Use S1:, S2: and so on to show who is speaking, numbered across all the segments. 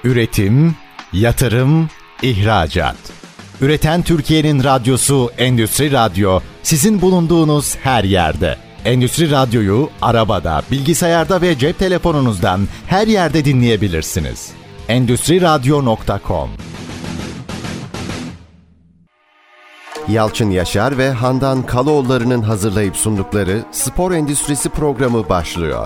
S1: Üretim, yatırım, ihracat. Üreten Türkiye'nin radyosu Endüstri Radyo, sizin bulunduğunuz her yerde. Endüstri Radyo'yu arabada, bilgisayarda ve cep telefonunuzdan her yerde dinleyebilirsiniz. Endüstriradyo.com.
S2: Yalçın Yaşar ve Handan Kaloğulları'nın hazırlayıp sundukları Spor Endüstrisi programı başlıyor.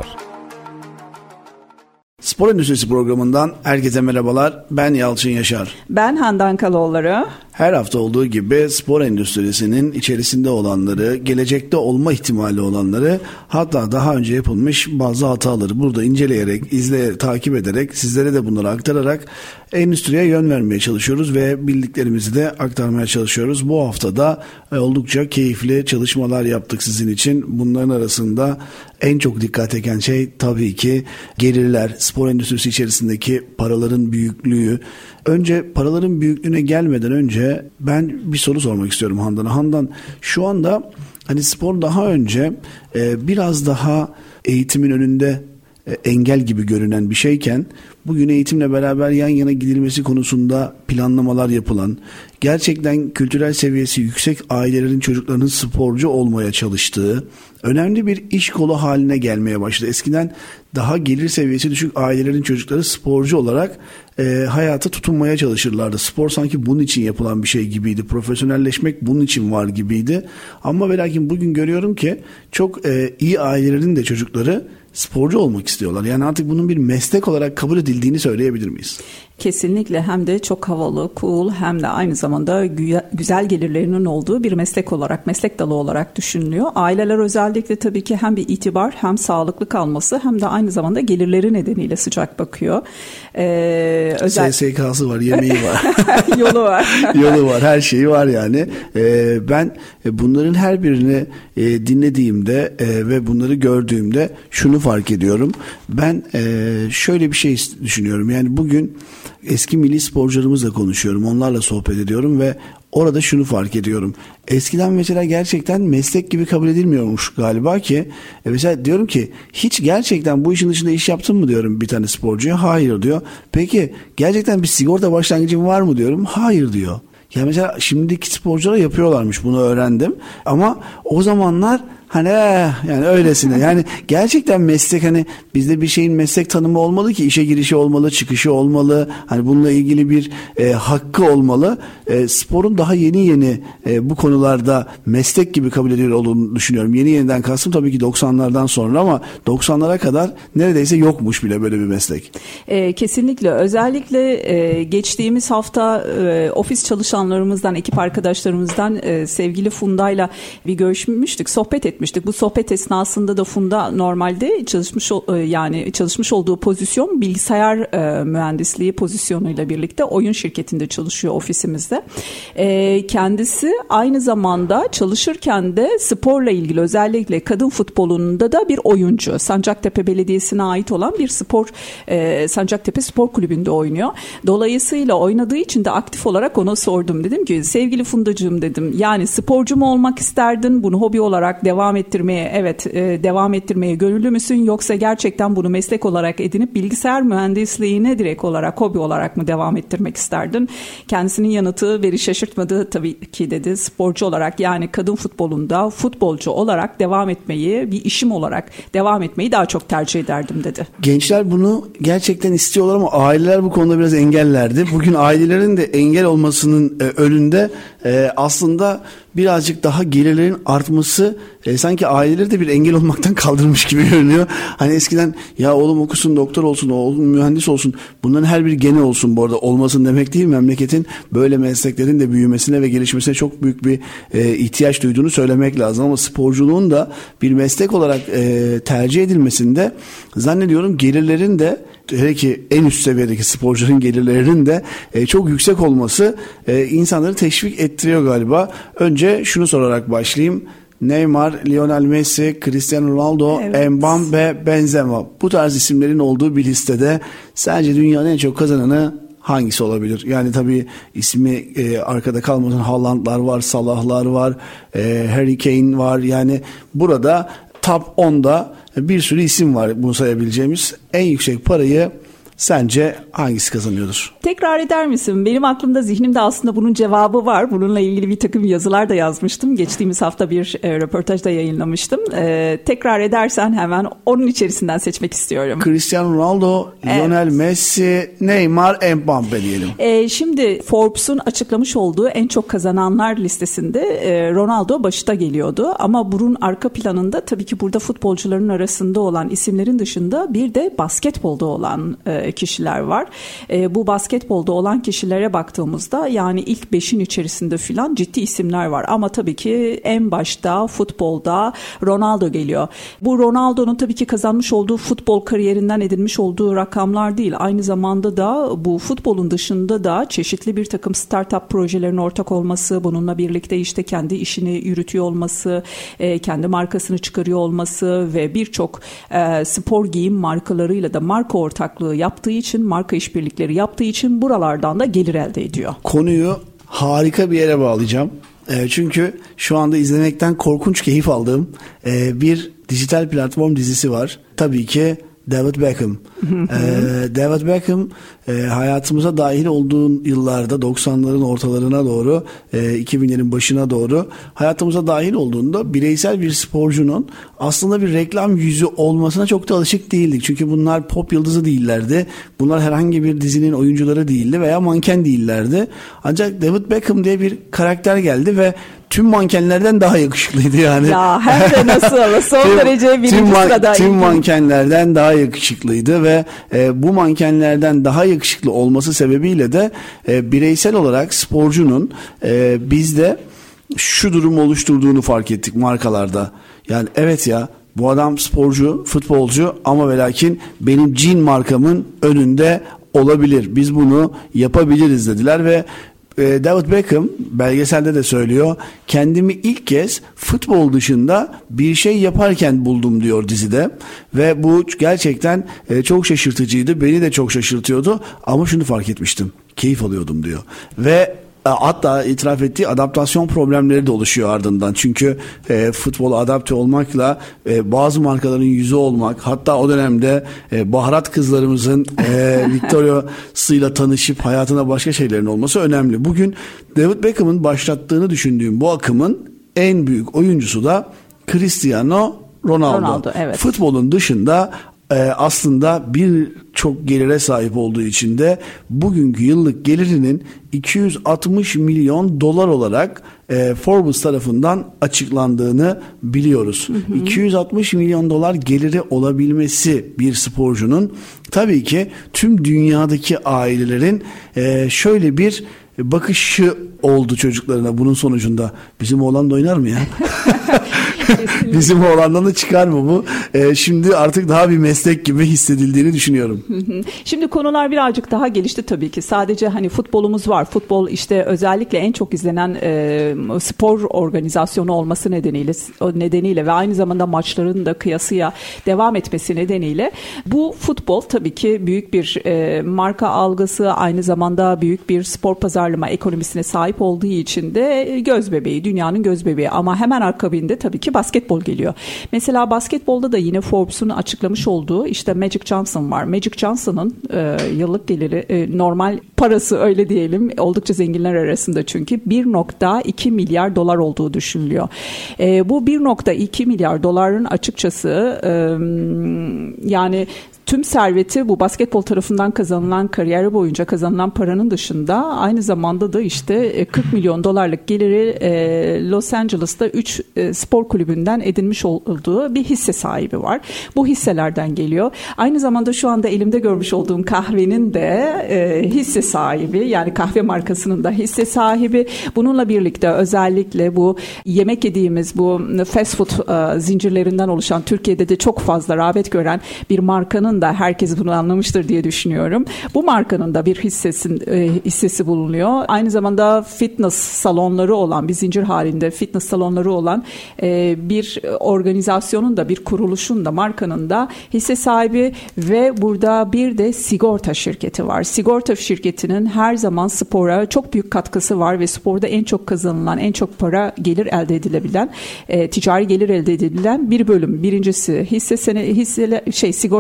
S3: Spor Endüstrisi programından herkese merhabalar. Ben Yalçın Yaşar.
S4: Ben Handan Kaloğulları.
S3: Her hafta olduğu gibi spor endüstrisinin içerisinde olanları, gelecekte olma ihtimali olanları, hatta daha önce yapılmış bazı hataları burada inceleyerek, izleyerek, takip ederek, sizlere de bunları aktararak endüstriye yön vermeye çalışıyoruz ve bildiklerimizi de aktarmaya çalışıyoruz. Bu hafta da oldukça keyifli çalışmalar yaptık sizin için. Bunların arasında en çok dikkat çeken şey tabii ki gelirler, spor endüstrisi içerisindeki paraların büyüklüğü. Önce paraların büyüklüğüne gelmeden önce ben bir soru sormak istiyorum Handan'a. Handan, şu anda hani spor daha önce biraz daha eğitimin önünde engel gibi görünen bir şeyken, bugün eğitimle beraber yan yana gidilmesi konusunda planlamalar yapılan, gerçekten kültürel seviyesi yüksek ailelerin çocuklarının sporcu olmaya çalıştığı önemli bir iş kolu haline gelmeye başladı. Eskiden daha gelir seviyesi düşük ailelerin çocukları sporcu olarak hayata tutunmaya çalışırlardı. Spor sanki bunun için yapılan bir şey gibiydi. Profesyonelleşmek bunun için var gibiydi. Ama ve lakin bugün görüyorum ki çok iyi ailelerin de çocukları sporcu olmak istiyorlar. Yani artık bunun bir meslek olarak kabul edildiğini söyleyebilir miyiz?
S4: Kesinlikle, hem de çok havalı, cool, hem de aynı zamanda güzel gelirlerinin olduğu bir meslek olarak, meslek dalı olarak düşünülüyor. Aileler özellikle tabii ki hem bir itibar, hem sağlıklı kalması, hem de aynı zamanda gelirleri nedeniyle sıcak bakıyor.
S3: SSK'sı var, yemeği var.
S4: Yolu var.
S3: Yolu var, her şeyi var yani. Ben bunların her birini dinlediğimde ve bunları gördüğümde şunu fark ediyorum. Ben şöyle bir şey düşünüyorum. Yani bugün eski milli sporcularımızla konuşuyorum. Onlarla sohbet ediyorum ve orada şunu fark ediyorum. Eskiden mesela gerçekten meslek gibi kabul edilmiyormuş galiba ki. Mesela diyorum ki, hiç gerçekten bu işin dışında iş yaptın mı diyorum bir tane sporcuya. Hayır diyor. Peki gerçekten bir sigorta başlangıcın var mı diyorum. Hayır diyor. Ya mesela şimdiki sporcular yapıyorlarmış, bunu öğrendim. Ama o zamanlar hani yani öylesine, yani gerçekten meslek, hani bizde bir şeyin meslek tanımı olmalı ki, işe girişi olmalı, çıkışı olmalı, hani bununla ilgili bir hakkı olmalı. Sporun daha yeni bu konularda meslek gibi kabul edilir olduğunu düşünüyorum. Yeniden kastım tabii ki 90'lardan sonra, ama 90'lara kadar neredeyse yokmuş bile böyle bir meslek.
S4: Kesinlikle, özellikle geçtiğimiz hafta ofis çalışanlarımızdan, ekip arkadaşlarımızdan sevgili Funda'yla bir görüşmüştük, sohbet etmiştik. Bu sohbet esnasında da Funda normalde çalışmış olduğu pozisyon bilgisayar mühendisliği pozisyonuyla birlikte oyun şirketinde çalışıyor ofisimizde. Kendisi aynı zamanda çalışırken de sporla ilgili, özellikle kadın futbolunda da bir oyuncu. Sancaktepe Belediyesi'ne ait olan bir Sancaktepe Spor Kulübü'nde oynuyor. Dolayısıyla oynadığı için de aktif olarak ona sordum. Dedim ki, sevgili Fundacığım dedim, yani sporcu mu olmak isterdin? Bunu hobi olarak devam ettirmeye gönüllü müsün, yoksa gerçekten bunu meslek olarak edinip bilgisayar mühendisliğine direkt olarak, hobi olarak mı devam ettirmek isterdin? Kendisinin yanıtı beni şaşırtmadı. Tabii ki dedi, sporcu olarak, yani kadın futbolunda futbolcu olarak devam etmeyi, bir işim olarak devam etmeyi daha çok tercih ederdim dedi.
S3: Gençler bunu gerçekten istiyorlar ama aileler bu konuda biraz engellerdi. Bugün ailelerin de engel olmasının önünde aslında birazcık daha gelirlerin artması sanki aileleri de bir engel olmaktan kaldırmış gibi görünüyor. Hani eskiden ya oğlum okusun, doktor olsun, oğlum mühendis olsun, bunların her biri gene olsun, bu arada olmasın demek değil. Memleketin böyle mesleklerin de büyümesine ve gelişmesine çok büyük bir ihtiyaç duyduğunu söylemek lazım. Ama sporculuğun da bir meslek olarak tercih edilmesinde zannediyorum gelirlerin de, hele ki en üst seviyedeki sporcuların gelirlerinin de çok yüksek olması insanları teşvik ettiriyor galiba. Önce şunu sorarak başlayayım. Neymar, Lionel Messi, Cristiano Ronaldo, evet, Mbappe, Benzema, bu tarz isimlerin olduğu bir listede sence dünyanın en çok kazananı hangisi olabilir? Yani tabii ismi arkada kalmasın, Haaland'lar var, Salah'lar var, Harry Kane var. Yani burada top 10'da bir sürü isim var bunu sayabileceğimiz. En yüksek parayı Sence hangisi kazanıyordur?
S4: Tekrar eder misin? Benim aklımda, zihnimde aslında bunun cevabı var. Bununla ilgili bir takım yazılar da yazmıştım. Geçtiğimiz hafta bir röportajda yayınlamıştım. Tekrar edersen hemen onun içerisinden seçmek istiyorum.
S3: Cristiano Ronaldo, evet. Lionel Messi, Neymar, Mbappe diyelim.
S4: Şimdi Forbes'un açıklamış olduğu en çok kazananlar listesinde Ronaldo başta geliyordu. Ama bunun arka planında tabii ki burada futbolcuların arasında olan isimlerin dışında bir de basketbolda olan kişiler var. Bu basketbolda olan kişilere baktığımızda yani ilk 5'in içerisinde filan ciddi isimler var. Ama tabii ki en başta futbolda Ronaldo geliyor. Bu Ronaldo'nun tabii ki kazanmış olduğu futbol kariyerinden edinmiş olduğu rakamlar değil. Aynı zamanda da bu futbolun dışında da çeşitli bir takım startup projelerine ortak olması, bununla birlikte işte kendi işini yürütüyor olması, kendi markasını çıkarıyor olması ve birçok spor giyim markalarıyla da marka ortaklığı yaptığı için, marka işbirlikleri yaptığı için buralardan da gelir elde ediyor.
S3: Konuyu harika bir yere bağlayacağım. Çünkü şu anda izlemekten korkunç keyif aldığım bir dijital platform dizisi var. Tabii ki David Beckham. David Beckham hayatımıza dahil olduğu yıllarda 90'ların ortalarına doğru 2000'lerin başına doğru hayatımıza dahil olduğunda bireysel bir sporcunun aslında bir reklam yüzü olmasına çok da alışık değildik. Çünkü bunlar pop yıldızı değillerdi. Bunlar herhangi bir dizinin oyuncuları değildi veya manken değillerdi. Ancak David Beckham diye bir karakter geldi ve tüm mankenlerden daha yakışıklıydı yani.
S4: Ya hem de nasıl son derece birinci sırada.
S3: Tüm mankenlerden daha yakışıklıydı ve bu mankenlerden daha yakışıklı olması sebebiyle de bireysel olarak sporcunun bizde şu durum oluşturduğunu fark ettik markalarda. Yani evet ya, bu adam sporcu, futbolcu ama ve lakin benim cin markamın önünde olabilir. Biz bunu yapabiliriz dediler ve David Beckham belgeselde de söylüyor, kendimi ilk kez futbol dışında bir şey yaparken buldum diyor dizide ve bu gerçekten çok şaşırtıcıydı, beni de çok şaşırtıyordu ama şunu fark etmiştim, keyif alıyordum diyor ve hatta itiraf ettiği adaptasyon problemleri de oluşuyor ardından. Çünkü futbola adapte olmakla bazı markaların yüzü olmak, hatta o dönemde baharat kızlarımızın Victoria'sıyla tanışıp hayatına başka şeylerin olması önemli. Bugün David Beckham'ın başlattığını düşündüğüm bu akımın en büyük oyuncusu da Cristiano Ronaldo.
S4: Evet.
S3: Futbolun dışında aslında birçok gelire sahip olduğu için de bugünkü yıllık gelirinin 260 milyon dolar olarak Forbes tarafından açıklandığını biliyoruz. 260 milyon dolar geliri olabilmesi bir sporcunun tabii ki tüm dünyadaki ailelerin şöyle bir bakışı oldu çocuklarına bunun sonucunda. Bizim oğlan da oynar mı ya? Bizim oğlandan da çıkar mı bu? Şimdi artık daha bir meslek gibi hissedildiğini düşünüyorum.
S4: Şimdi konular birazcık daha gelişti tabii ki. Sadece hani futbolumuz var. Futbol işte özellikle en çok izlenen spor organizasyonu olması nedeniyle ve aynı zamanda maçların da kıyasıya devam etmesi nedeniyle bu futbol tabii ki büyük bir marka algısı, aynı zamanda büyük bir spor pazarlama ekonomisine sahip olduğu için de gözbebeği, dünyanın gözbebeği, ama hemen akabinde tabii ki basketbol geliyor. Mesela basketbolda da yine Forbes'un açıklamış olduğu işte Magic Johnson var. Magic Johnson'ın yıllık geliri, normal parası öyle diyelim, oldukça zenginler arasında çünkü 1.2 milyar dolar olduğu düşünülüyor. Bu 1.2 milyar doların açıkçası yani tüm serveti bu basketbol tarafından kazanılan, kariyeri boyunca kazanılan paranın dışında aynı zamanda da işte 40 milyon dolarlık geliri Los Angeles'ta 3 spor kulübünden edinmiş olduğu bir hisse sahibi var. Bu hisselerden geliyor. Aynı zamanda şu anda elimde görmüş olduğum kahvenin de hisse sahibi, yani kahve markasının da hisse sahibi. Bununla birlikte özellikle bu yemek yediğimiz bu fast food zincirlerinden oluşan, Türkiye'de de çok fazla rağbet gören bir markanın da, herkes bunu anlamıştır diye düşünüyorum, bu markanın da bir hissesi bulunuyor. Aynı zamanda fitness salonları olan, bir zincir halinde fitness salonları olan bir organizasyonun da, bir kuruluşun da, markanın da hisse sahibi ve burada bir de sigorta şirketi var. Sigorta şirketinin her zaman spora çok büyük katkısı var ve sporda en çok kazanılan, en çok para gelir elde edilebilen, ticari gelir elde edilebilen bir bölüm. Birincisi sigorta şirketi.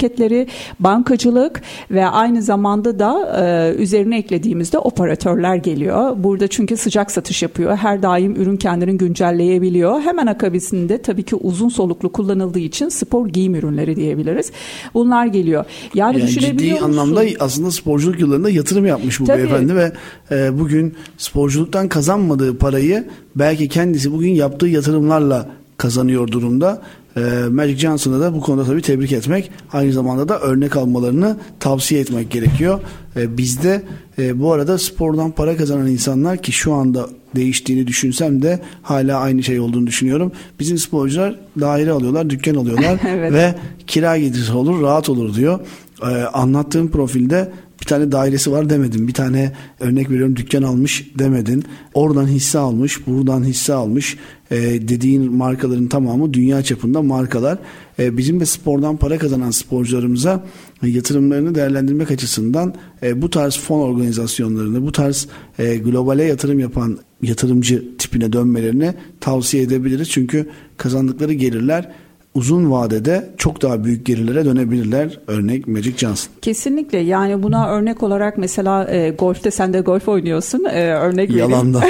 S4: şirketleri, bankacılık ve aynı zamanda da üzerine eklediğimizde operatörler geliyor. Burada çünkü sıcak satış yapıyor. Her daim ürün kendini güncelleyebiliyor. Hemen akabisinde tabii ki uzun soluklu kullanıldığı için spor giyim ürünleri diyebiliriz. Bunlar geliyor. Yani düşünebiliyor
S3: ciddi
S4: musun?
S3: anlamda aslında sporculuk yıllarında yatırım yapmış bu
S4: Tabii.
S3: beyefendi ve bugün sporculuktan kazanmadığı parayı belki kendisi bugün yaptığı yatırımlarla kazanıyor durumda. Magic Johnson'ı da bu konuda tabii tebrik etmek, aynı zamanda da örnek almalarını tavsiye etmek gerekiyor. Bizde bu arada spordan para kazanan insanlar, ki şu anda değiştiğini düşünsem de hala aynı şey olduğunu düşünüyorum. Bizim sporcular daire alıyorlar, dükkan alıyorlar
S4: Evet.
S3: ve kira getirisi olur, rahat olur diyor. Anlattığım profilde bir tane dairesi var demedin. Bir tane örnek veriyorum dükkan almış demedin. Oradan hisse almış, buradan hisse almış. Dediğin markaların tamamı dünya çapında markalar. Bizim de spordan para kazanan sporcularımıza yatırımlarını değerlendirmek açısından bu tarz fon organizasyonlarını, bu tarz globale yatırım yapan yatırımcı tipine dönmelerini tavsiye edebiliriz. Çünkü kazandıkları gelirler uzun vadede çok daha büyük gelirlere dönebilirler. Örnek Magic Johnson.
S4: Kesinlikle, yani buna örnek olarak mesela golfte, sen de golf oynuyorsun, örnek vereyim.
S3: Yalanda.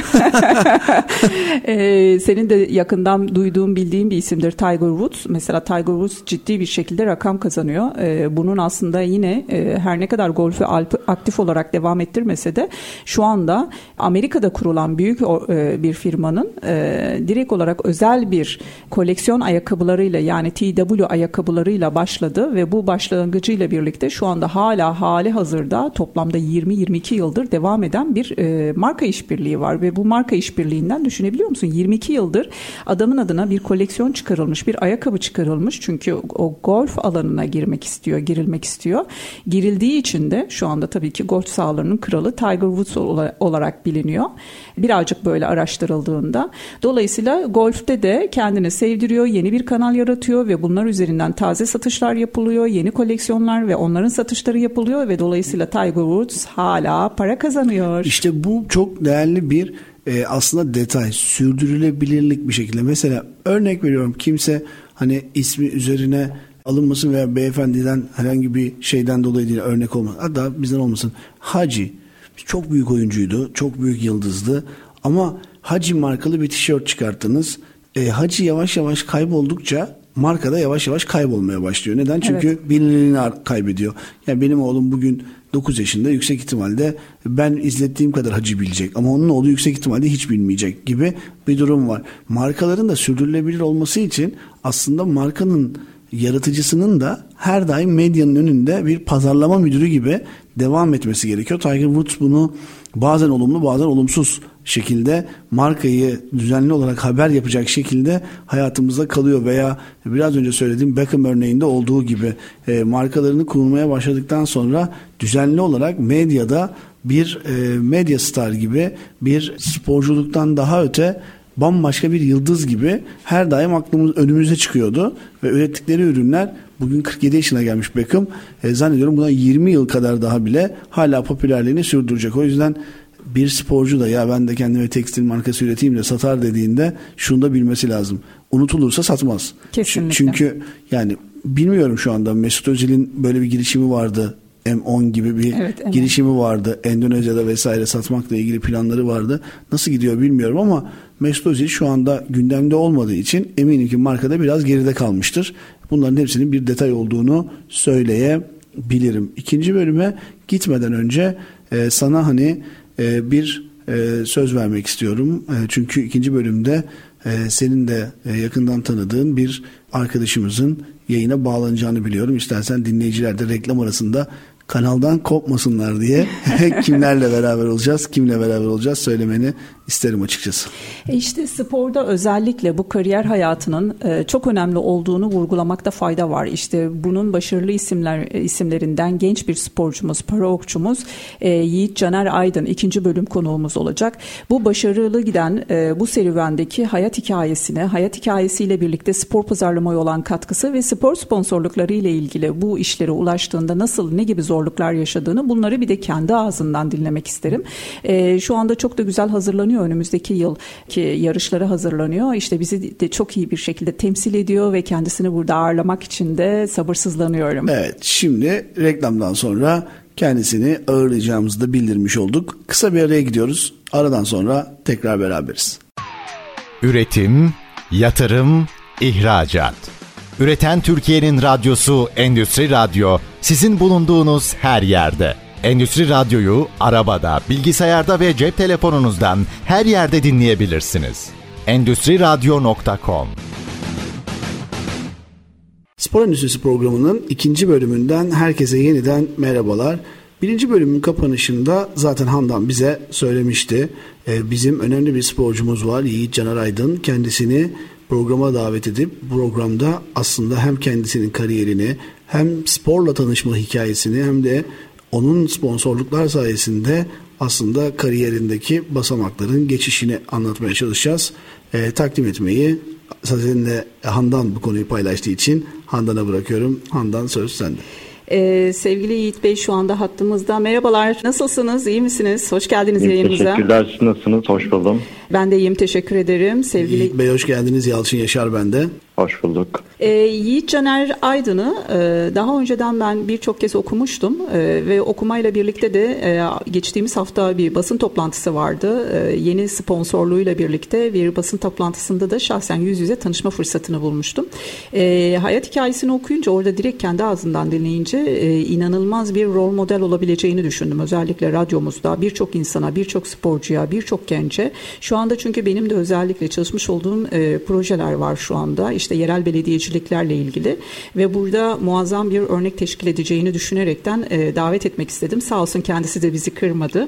S4: Senin de yakından duyduğun, bildiğin bir isimdir Tiger Woods. Mesela Tiger Woods ciddi bir şekilde rakam kazanıyor. Bunun aslında yine her ne kadar golfü aktif olarak devam ettirmese de şu anda Amerika'da kurulan büyük bir firmanın direkt olarak özel bir koleksiyon ayakkabılarıyla, yani TW ayakkabılarıyla başladı ve bu başlangıcıyla birlikte şu anda hala hali hazırda toplamda 20-22 yıldır devam eden bir marka işbirliği var ve bu marka işbirliğinden düşünebiliyor musun? 22 yıldır adamın adına bir koleksiyon çıkarılmış, bir ayakkabı çıkarılmış, çünkü o golf alanına girilmek istiyor. Girildiği için de şu anda tabii ki golf sahalarının kralı Tiger Woods olarak biliniyor. Birazcık böyle araştırıldığında. Dolayısıyla golfte de kendini sevdiriyor, yeni bir kanal yaratıyor ve bunlar üzerinden taze satışlar yapılıyor, yeni koleksiyonlar ve onların satışları yapılıyor ve dolayısıyla Tiger Woods hala para kazanıyor.
S3: İşte bu çok değerli bir aslında detay, sürdürülebilirlik bir şekilde. Mesela örnek veriyorum, kimse hani ismi üzerine alınmasın veya beyefendiden herhangi bir şeyden dolayı değil, örnek olmasın. Hatta bizden olmasın. Hacı çok büyük oyuncuydu, çok büyük yıldızdı ama Hacı markalı bir tişört çıkarttınız. Hacı yavaş yavaş kayboldukça marka da yavaş yavaş kaybolmaya başlıyor. Neden? Çünkü
S4: Evet.
S3: bilinirliğini kaybediyor. Yani benim oğlum bugün 9 yaşında, yüksek ihtimalle ben izlettiğim kadar Hacı bilecek ama onun oğlu yüksek ihtimalle hiç bilmeyecek gibi bir durum var. Markaların da sürdürülebilir olması için aslında markanın yaratıcısının da her daim medyanın önünde bir pazarlama müdürü gibi devam etmesi gerekiyor. Tiger Woods bunu bazen olumlu, bazen olumsuz şekilde markayı düzenli olarak haber yapacak şekilde hayatımızda kalıyor veya biraz önce söylediğim Beckham örneğinde olduğu gibi markalarını kurmaya başladıktan sonra düzenli olarak medyada bir medya star gibi, bir sporculuktan daha öte bambaşka bir yıldız gibi her daim önümüze çıkıyordu ve ürettikleri ürünler, bugün 47 yaşına gelmiş Beckham, zannediyorum buna 20 yıl kadar daha bile hala popülerliğini sürdürecek. O yüzden bir sporcu da ya ben de kendime tekstil markası üreteyim de satar dediğinde şunu da bilmesi lazım. Unutulursa satmaz.
S4: Kesinlikle.
S3: Çünkü yani bilmiyorum, şu anda Mesut Özil'in böyle bir girişimi vardı. M10 gibi bir girişimi vardı. Endonezya'da vesaire satmakla ilgili planları vardı. Nasıl gidiyor bilmiyorum ama Mesut Özil şu anda gündemde olmadığı için eminim ki markada biraz geride kalmıştır. Bunların hepsinin bir detay olduğunu söyleyebilirim. İkinci bölüme gitmeden önce sana hani bir söz vermek istiyorum. Çünkü ikinci bölümde senin de yakından tanıdığın bir arkadaşımızın yayına bağlanacağını biliyorum. İstersen dinleyiciler de reklam arasında kanaldan kopmasınlar diye kimlerle beraber olacağız söylemeni isterim açıkçası.
S4: İşte sporda özellikle bu kariyer hayatının çok önemli olduğunu vurgulamakta fayda var. İşte bunun başarılı isimlerinden genç bir sporcumuz, para okçumuz Yiğit Caner Aydın 2. bölüm konuğumuz olacak. Bu başarılı giden bu serüvendeki hayat hikayesiyle birlikte spor pazarlamaya olan katkısı ve spor sponsorlukları ile ilgili bu işlere ulaştığında ne gibi zorluklar yaşadığını, bunları bir de kendi ağzından dinlemek isterim. Şu anda çok da güzel hazırlanıyor hazırlanıyor. Önümüzdeki yılki yarışlara hazırlanıyor. İşte bizi de çok iyi bir şekilde temsil ediyor ve kendisini burada ağırlamak için de sabırsızlanıyorum.
S3: Evet, şimdi reklamdan sonra kendisini ağırlayacağımızı da bildirmiş olduk. Kısa bir araya gidiyoruz. Aradan sonra tekrar beraberiz.
S1: Üretim, yatırım, ihracat. Üreten Türkiye'nin radyosu Endüstri Radyo, sizin bulunduğunuz her yerde. Endüstri Radyo'yu arabada, bilgisayarda ve cep telefonunuzdan her yerde dinleyebilirsiniz. Endüstriradyo.com.
S3: Spor Endüstrisi programının 2. bölümünden herkese yeniden merhabalar. 1. bölümün kapanışında zaten Handan bize söylemişti. Bizim önemli bir sporcumuz var, Yiğit Caner Aydın. Kendisini programa davet edip programda aslında hem kendisinin kariyerini hem sporla tanışma hikayesini hem de onun sponsorluklar sayesinde aslında kariyerindeki basamakların geçişini anlatmaya çalışacağız. Takdim etmeyi sizinle Handan bu konuyu paylaştığı için Handan'a bırakıyorum. Handan, söz sende.
S4: Sevgili Yiğit Bey şu anda hattımızda. Merhabalar. Nasılsınız? İyi misiniz? Hoş geldiniz yayınımıza.
S5: Teşekkürler. Siz nasılsınız? Hoş buldum.
S4: Ben de iyiyim. Teşekkür ederim. Sevgili
S3: Yiğit Bey hoş geldiniz. Yalçın Yaşar ben de.
S5: Hoş bulduk.
S4: Yiğit Caner Aydın'ı daha önceden ben birçok kez okumuştum ve okumayla birlikte de geçtiğimiz hafta bir basın toplantısı vardı. Yeni sponsorluğuyla birlikte bir basın toplantısında da şahsen yüz yüze tanışma fırsatını bulmuştum. Hayat hikayesini okuyunca orada direkt kendi ağzından dinleyince inanılmaz bir rol model olabileceğini düşündüm. Özellikle radyomuzda birçok insana, birçok sporcuya, birçok gence. Şu anda çünkü benim de özellikle çalışmış olduğum projeler var şu anda. İşte yerel belediyeciliklerle ilgili ve burada muazzam bir örnek teşkil edeceğini düşünerekten davet etmek istedim. Sağ olsun kendisi de bizi kırmadı.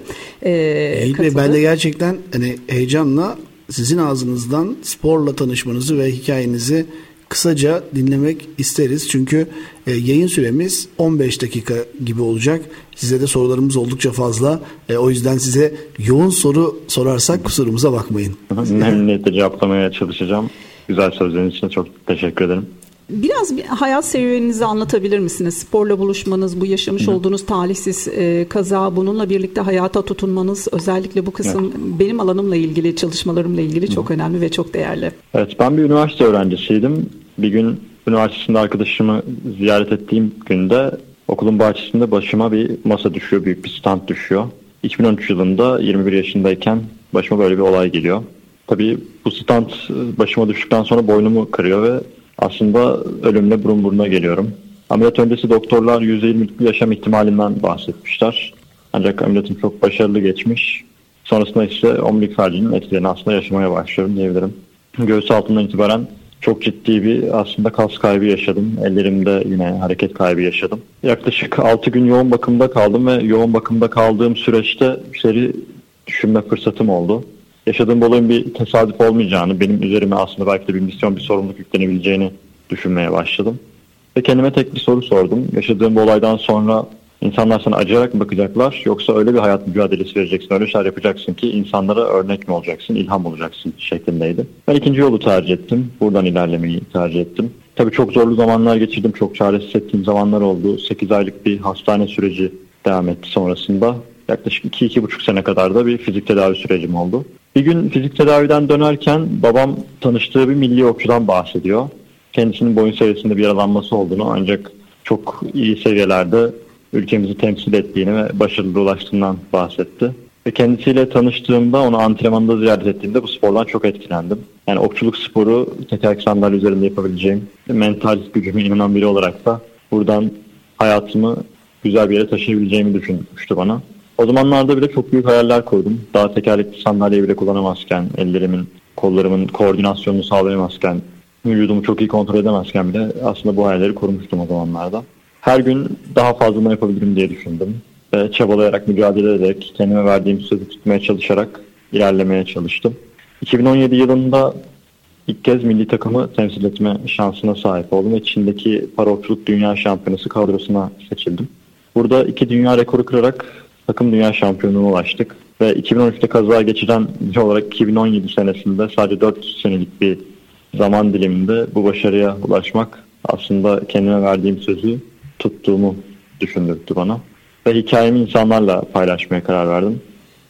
S3: Ben de gerçekten heyecanla sizin ağzınızdan sporla tanışmanızı ve hikayenizi kısaca dinlemek isteriz. Çünkü yayın süremiz 15 dakika gibi olacak. Size de sorularımız oldukça fazla. O yüzden size yoğun soru sorarsak kusurumuza bakmayın.
S5: Memnuniyetle cevaplamaya çalışacağım. Güzel sözleriniz için çok teşekkür ederim.
S4: Biraz hayat serüveninizi anlatabilir misiniz? Sporla buluşmanız, bu yaşamış olduğunuz talihsiz kaza, bununla birlikte hayata tutunmanız, özellikle bu kısım benim alanımla ilgili, çalışmalarımla ilgili çok önemli ve çok değerli.
S5: Evet, ben bir üniversite öğrencisiydim. Bir gün üniversitesinde arkadaşımı ziyaret ettiğim günde okulun bahçesinde başıma bir masa düşüyor, büyük bir stand düşüyor. 2013 yılında 21 yaşındayken başıma böyle bir olay geliyor. Tabii bu stand başıma düştükten sonra boynumu kırıyor ve aslında ölümle burun buruna geliyorum. Ameliyat öncesi doktorlar %20'lik bir yaşam ihtimalinden bahsetmişler. Ancak ameliyatım çok başarılı geçmiş. Sonrasında ise omurilik felcinin etkilerini aslında yaşamaya başlıyorum diyebilirim. Göğüs altından itibaren çok ciddi bir aslında kas kaybı yaşadım. Ellerimde yine hareket kaybı yaşadım. Yaklaşık 6 gün yoğun bakımda kaldım ve yoğun bakımda kaldığım süreçte seri düşünme fırsatım oldu. Yaşadığım bu olayın bir tesadüf olmayacağını, benim üzerime aslında belki de bir misyon, bir sorumluluk yüklenebileceğini düşünmeye başladım. Ve kendime tek bir soru sordum. Yaşadığım bu olaydan sonra insanlar sana acıyarak mı bakacaklar, yoksa öyle bir hayat mücadelesi vereceksin, öyle şeyler yapacaksın ki insanlara örnek mi olacaksın, ilham olacaksın şeklindeydi. Ben ikinci yolu tercih ettim. Buradan ilerlemeyi tercih ettim. Tabii çok zorlu zamanlar geçirdim. Çok çaresiz ettiğim zamanlar oldu. 8 aylık bir hastane süreci devam etti sonrasında. Yaklaşık 2-2,5 sene kadar da bir fizik tedavi sürecim oldu. Bir gün fizik tedaviden dönerken babam tanıştığı bir milli okçudan bahsediyor. Kendisinin boyun seviyesinde bir yaralanması olduğunu, ancak çok iyi seviyelerde ülkemizi temsil ettiğini ve başarılı ulaştığından bahsetti. Ve kendisiyle tanıştığımda, onu antrenmanda ziyaret ettiğimde bu spordan çok etkilendim. Yani okçuluk sporu tekerlekli sandalye üzerinde yapabileceğim, mental gücüme inanan biri olarak da buradan hayatımı güzel bir yere taşıyabileceğimi düşünmüştü bana. O zamanlarda bile çok büyük hayaller kurdum. Daha tekerlekli sandalyeyi bile kullanamazken, ellerimin, kollarımın koordinasyonunu sağlayamazken, vücudumu çok iyi kontrol edemezken bile aslında bu hayalleri kurmuştum o zamanlarda. Her gün daha fazla yapabilirim diye düşündüm. Ve çabalayarak, mücadele ederek, kendime verdiğim sözü tutmaya çalışarak ilerlemeye çalıştım. 2017 yılında ilk kez milli takımı temsil etme şansına sahip oldum ve Çin'deki paraokçuluk dünya şampiyonası kadrosuna seçildim. Burada 2 dünya rekoru kırarak takım dünya şampiyonluğuna ulaştık. Ve 2013'te kaza geçiren olarak 2017 senesinde sadece 4 senelik bir zaman diliminde bu başarıya ulaşmak aslında kendime verdiğim sözü tuttuğumu düşündürttü bana. Ve hikayemi insanlarla paylaşmaya karar verdim.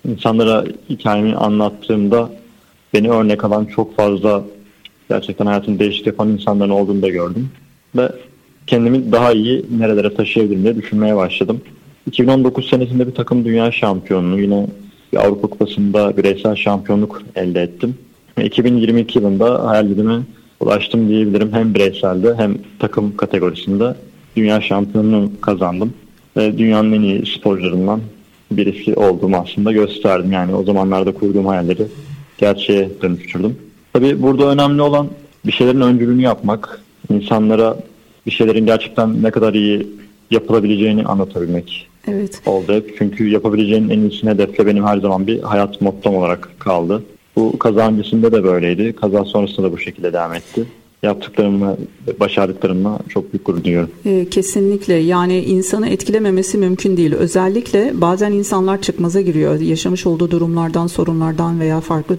S5: insanlara hikayemi anlattığımda beni örnek alan çok fazla gerçekten hayatını değişik yapan insanların olduğunu da gördüm. Ve kendimi daha iyi nerelere taşıyabilirim diye düşünmeye başladım. 2019 senesinde bir takım dünya şampiyonluğu, yine bir Avrupa Kupası'nda bireysel şampiyonluk elde ettim. 2022 yılında hayallerime ulaştım diyebilirim. Hem bireyselde hem takım kategorisinde dünya şampiyonluğu kazandım. Ve dünyanın en iyi sporcularından birisi olduğumu aslında gösterdim. Yani o zamanlarda kurduğum hayalleri gerçeğe dönüştürdüm. Tabii burada önemli olan bir şeylerin öncülüğünü yapmak, insanlara bir şeylerin gerçekten ne kadar iyi yapılabileceğini anlatabilmek.
S4: Evet.
S5: Oldu hep. Çünkü yapabileceğin en iyisini hedefle benim her zaman bir hayat mottom olarak kaldı. Bu kaza öncesinde de böyleydi. Kaza sonrasında da bu şekilde devam etti. Yaptıklarımla, başardıklarımla çok büyük gurur duyuyorum.
S4: Kesinlikle, yani insanı etkilememesi mümkün değil. Özellikle bazen insanlar çıkmaza giriyor. Yaşamış olduğu durumlardan, sorunlardan veya farklı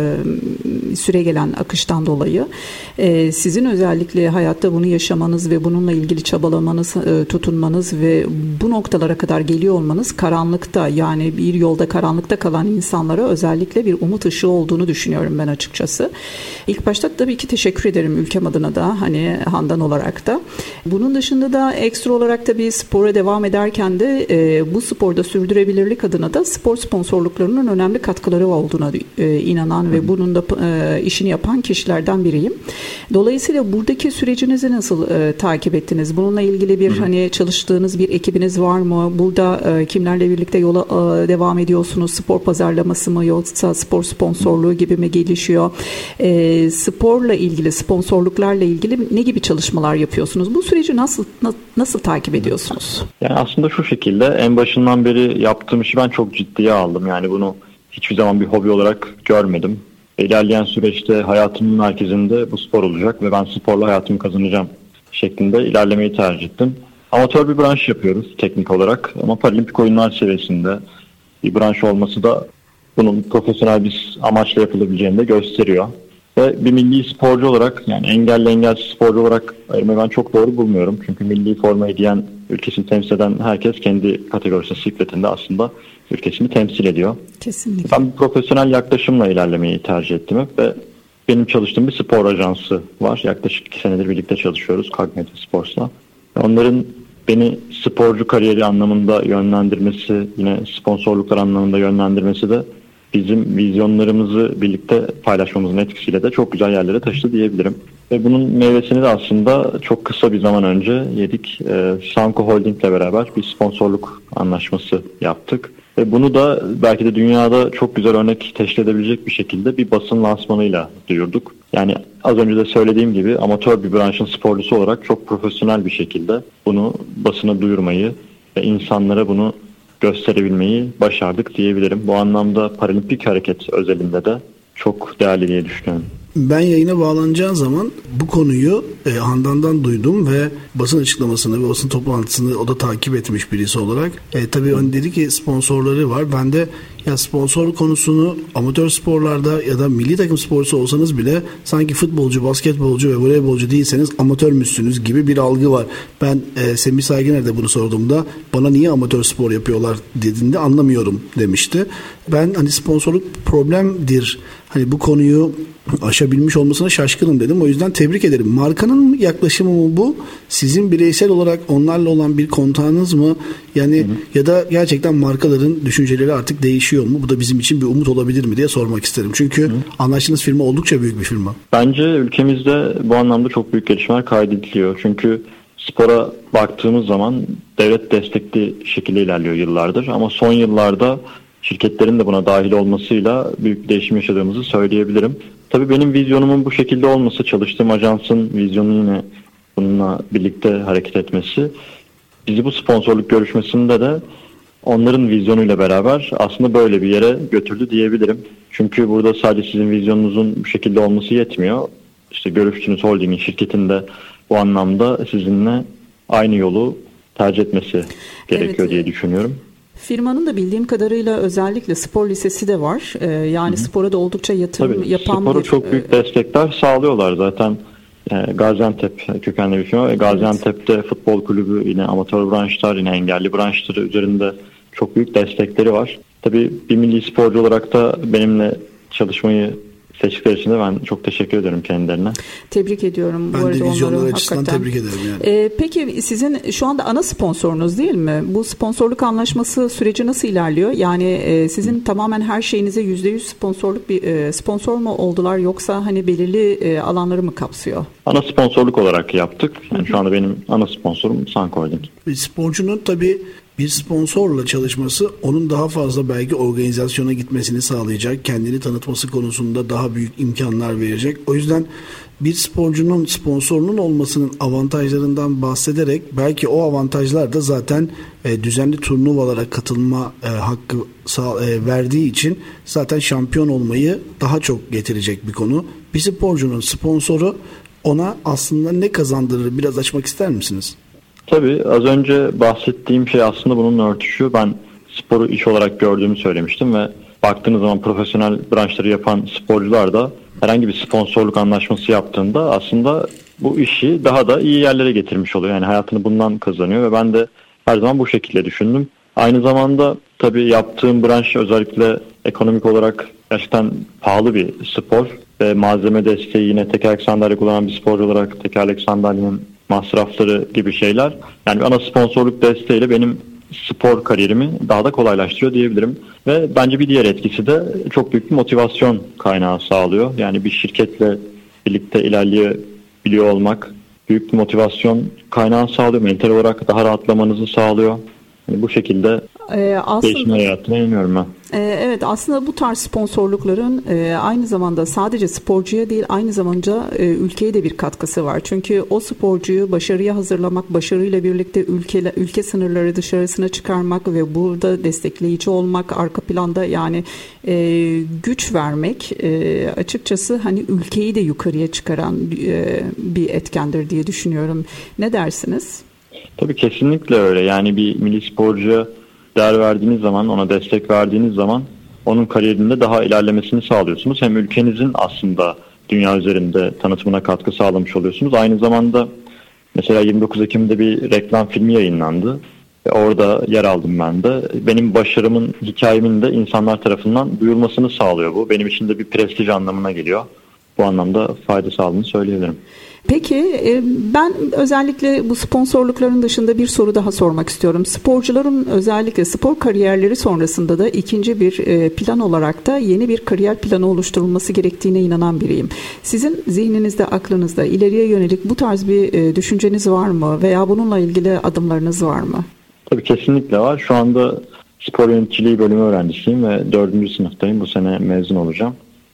S4: süre gelen akıştan dolayı. Sizin özellikle hayatta bunu yaşamanız ve bununla ilgili çabalamanız, tutunmanız ve bu noktalara kadar geliyor olmanız karanlıkta, yani bir yolda karanlıkta kalan insanlara özellikle bir umut ışığı olduğunu düşünüyorum ben açıkçası. İlk başta tabii ki teşekkür ederim ülkem adına da, hani Handan olarak da. Bunun dışında da ekstra olarak tabii spora devam ederken de bu sporda sürdürülebilirlik adına da spor sponsorluklarının önemli katkıları olduğuna inanan ve bunun da işini yapan kişilerden biriyim. Dolayısıyla buradaki sürecinizi nasıl takip ettiniz? Bununla ilgili bir hani çalıştığınız bir ekibiniz var mı? Burada kimlerle birlikte yola devam ediyorsunuz? Spor pazarlaması mı yoksa spor sponsorluğu gibi mi gelişiyor? Sporla ilgili, sponsorluklarla ilgili ne gibi çalışmalar yapıyorsunuz? Bu süreci nasıl takip ediyorsunuz?
S5: Yani aslında şu şekilde, en başından beri yaptığım işi ben çok ciddiye aldım. Yani bunu hiçbir zaman bir hobi olarak görmedim. İlerleyen süreçte hayatımın merkezinde bu spor olacak ve ben sporla hayatımı kazanacağım şeklinde ilerlemeyi tercih ettim. Amatör bir branş yapıyoruz teknik olarak ama Paralimpik oyunlar seviyesinde bir branş olması da bunun profesyonel bir amaçla yapılabileceğini de gösteriyor. Ve bir milli sporcu olarak, yani engelsiz sporcu olarak ayırmayı ben çok doğru bulmuyorum. Çünkü milli formayı giyen, ülkesini temsil eden herkes kendi kategorisinde, sikletinde aslında ülkesini temsil ediyor.
S4: Kesinlikle.
S5: Ben bir profesyonel yaklaşımla ilerlemeyi tercih ettim hep ve benim çalıştığım bir spor ajansı var. Yaklaşık 2 senedir birlikte çalışıyoruz Cognitive Sports'la. Onların beni sporcu kariyeri anlamında yönlendirmesi, yine sponsorluklar anlamında yönlendirmesi de bizim vizyonlarımızı birlikte paylaşmamızın etkisiyle de çok güzel yerlere taşıdı diyebilirim. Ve bunun meyvesini de aslında çok kısa bir zaman önce yedik. Sanko Holding'le beraber bir sponsorluk anlaşması yaptık. Ve bunu da belki de dünyada çok güzel örnek teşkil edebilecek bir şekilde bir basın lansmanıyla duyurduk. Yani az önce de söylediğim gibi amatör bir branşın sporcusu olarak çok profesyonel bir şekilde bunu basına duyurmayı ve insanlara bunu gösterebilmeyi başardık diyebilirim. Bu anlamda paralimpik hareket özelinde de çok değerli diye düşünüyorum.
S3: Ben yayına bağlanacağı zaman bu konuyu Handan'dan duydum ve basın açıklamasını ve basın toplantısını o da takip etmiş birisi olarak. Tabii hani dedi ki sponsorları var. Ben de ya sponsor konusunu amatör sporlarda ya da milli takım sporcusu olsanız bile sanki futbolcu, basketbolcu ve voleybolcu değilseniz amatör müsünüz gibi bir algı var. Ben Semih Saygıner'e de bunu sorduğumda bana niye amatör spor yapıyorlar dediğinde anlamıyorum demişti. Ben hani sponsorluk problemdir, hani bu konuyu aşabilmiş olmasına şaşkınım dedim. O yüzden tebrik ederim. Markanın yaklaşımı mı bu? Sizin bireysel olarak onlarla olan bir kontağınız mı? Yani ya da gerçekten markaların düşünceleri artık değişiyor mu? Bu da bizim için bir umut olabilir mi diye sormak isterim. Çünkü anlaştığınız firma oldukça büyük bir firma.
S5: Bence ülkemizde bu anlamda çok büyük gelişmeler kaydediliyor. Çünkü spora baktığımız zaman devlet destekli şekilde ilerliyor yıllardır. Ama son yıllarda şirketlerin de buna dahil olmasıyla büyük bir değişim yaşadığımızı söyleyebilirim. Tabii benim vizyonumun bu şekilde olması, çalıştığım ajansın vizyonu yine bununla birlikte hareket etmesi, bizi bu sponsorluk görüşmesinde de onların vizyonuyla beraber aslında böyle bir yere götürdü diyebilirim. Çünkü burada sadece sizin vizyonunuzun bu şekilde olması yetmiyor. İşte görüştüğünüz holdingin, şirketin de bu anlamda sizinle aynı yolu tercih etmesi gerekiyor diye düşünüyorum.
S4: Firmanın da bildiğim kadarıyla özellikle spor lisesi de var. Yani spora da oldukça yatırım yapan
S5: spora çok büyük destekler sağlıyorlar zaten. Gaziantep kökenli bir firma ve Gaziantep'te futbol kulübü, yine amatör branşlar, yine engelli branşları üzerinde çok büyük destekleri var. Tabii bir milli sporcu olarak da benimle çalışmayı seçtikleri için de ben çok teşekkür ederim kendilerine.
S4: Tebrik ediyorum.
S3: Ben
S4: bu arada
S3: de vizyonları açısından
S4: hakikaten
S3: tebrik ederim. Yani.
S4: Peki sizin şu anda ana sponsorunuz değil mi? Bu sponsorluk anlaşması süreci nasıl ilerliyor? Yani sizin tamamen her şeyinize %100 sponsorluk bir sponsor mu oldular, yoksa hani belirli alanları mı kapsıyor?
S5: Ana sponsorluk olarak yaptık. Yani şu anda benim ana sponsorum Sun Holding.
S3: Sporcunun tabii bir sponsorla çalışması onun daha fazla belki organizasyona gitmesini sağlayacak, kendini tanıtması konusunda daha büyük imkanlar verecek. O yüzden bir sporcunun sponsorunun olmasının avantajlarından bahsederek belki o avantajlar da zaten düzenli turnuvalara katılma hakkı verdiği için zaten şampiyon olmayı daha çok getirecek bir konu. Bir sporcunun sponsoru ona aslında ne kazandırır, biraz açmak ister misiniz?
S5: Tabii az önce bahsettiğim şey aslında bununla örtüşüyor. Ben sporu iş olarak gördüğümü söylemiştim ve baktığınız zaman profesyonel branşları yapan sporcular da herhangi bir sponsorluk anlaşması yaptığında aslında bu işi daha da iyi yerlere getirmiş oluyor. Yani hayatını bundan kazanıyor ve ben de her zaman bu şekilde düşündüm. Aynı zamanda tabii yaptığım branş özellikle ekonomik olarak gerçekten pahalı bir spor ve malzeme desteği, yine tekerlek sandalye kullanan bir sporcu olarak tekerlek sandalyenin masrafları gibi şeyler. Yani ana sponsorluk desteğiyle benim spor kariyerimi daha da kolaylaştırıyor diyebilirim. Ve bence bir diğer etkisi de çok büyük bir motivasyon kaynağı sağlıyor. Yani bir şirketle birlikte ilerleyebiliyor olmak büyük bir motivasyon kaynağı sağlıyor. Mental olarak daha rahatlamanızı sağlıyor. Yani bu şekilde değişim hayatına inanıyorum ben.
S4: Evet, aslında bu tarz sponsorlukların aynı zamanda sadece sporcuya değil, aynı zamanda ülkeye de bir katkısı var. Çünkü o sporcuyu başarıya hazırlamak, başarıyla birlikte ülke sınırları dışarısına çıkarmak ve burada destekleyici olmak, arka planda yani güç vermek açıkçası hani ülkeyi de yukarıya çıkaran bir etkendir diye düşünüyorum. Ne dersiniz?
S5: Tabii kesinlikle öyle. Yani bir milli sporcuya değer verdiğiniz zaman, ona destek verdiğiniz zaman onun kariyerinde daha ilerlemesini sağlıyorsunuz. Hem ülkenizin aslında dünya üzerinde tanıtımına katkı sağlamış oluyorsunuz. Aynı zamanda mesela 29 Ekim'de bir reklam filmi yayınlandı. Orada yer aldım ben de. Benim başarımın, hikayemin de insanlar tarafından duyulmasını sağlıyor bu. Benim için de bir prestij anlamına geliyor. Bu anlamda fayda sağladığını söyleyebilirim.
S4: Peki ben özellikle bu sponsorlukların dışında bir soru daha sormak istiyorum. Sporcuların özellikle spor kariyerleri sonrasında da ikinci bir plan olarak da yeni bir kariyer planı oluşturulması gerektiğine inanan biriyim. Sizin zihninizde, aklınızda ileriye yönelik bu tarz bir düşünceniz var mı veya bununla ilgili adımlarınız var mı?
S5: Tabii kesinlikle var. Şu anda spor yöneticiliği bölümü öğrencisiyim ve 4. sınıftayım. Bu sene mezun olacağım.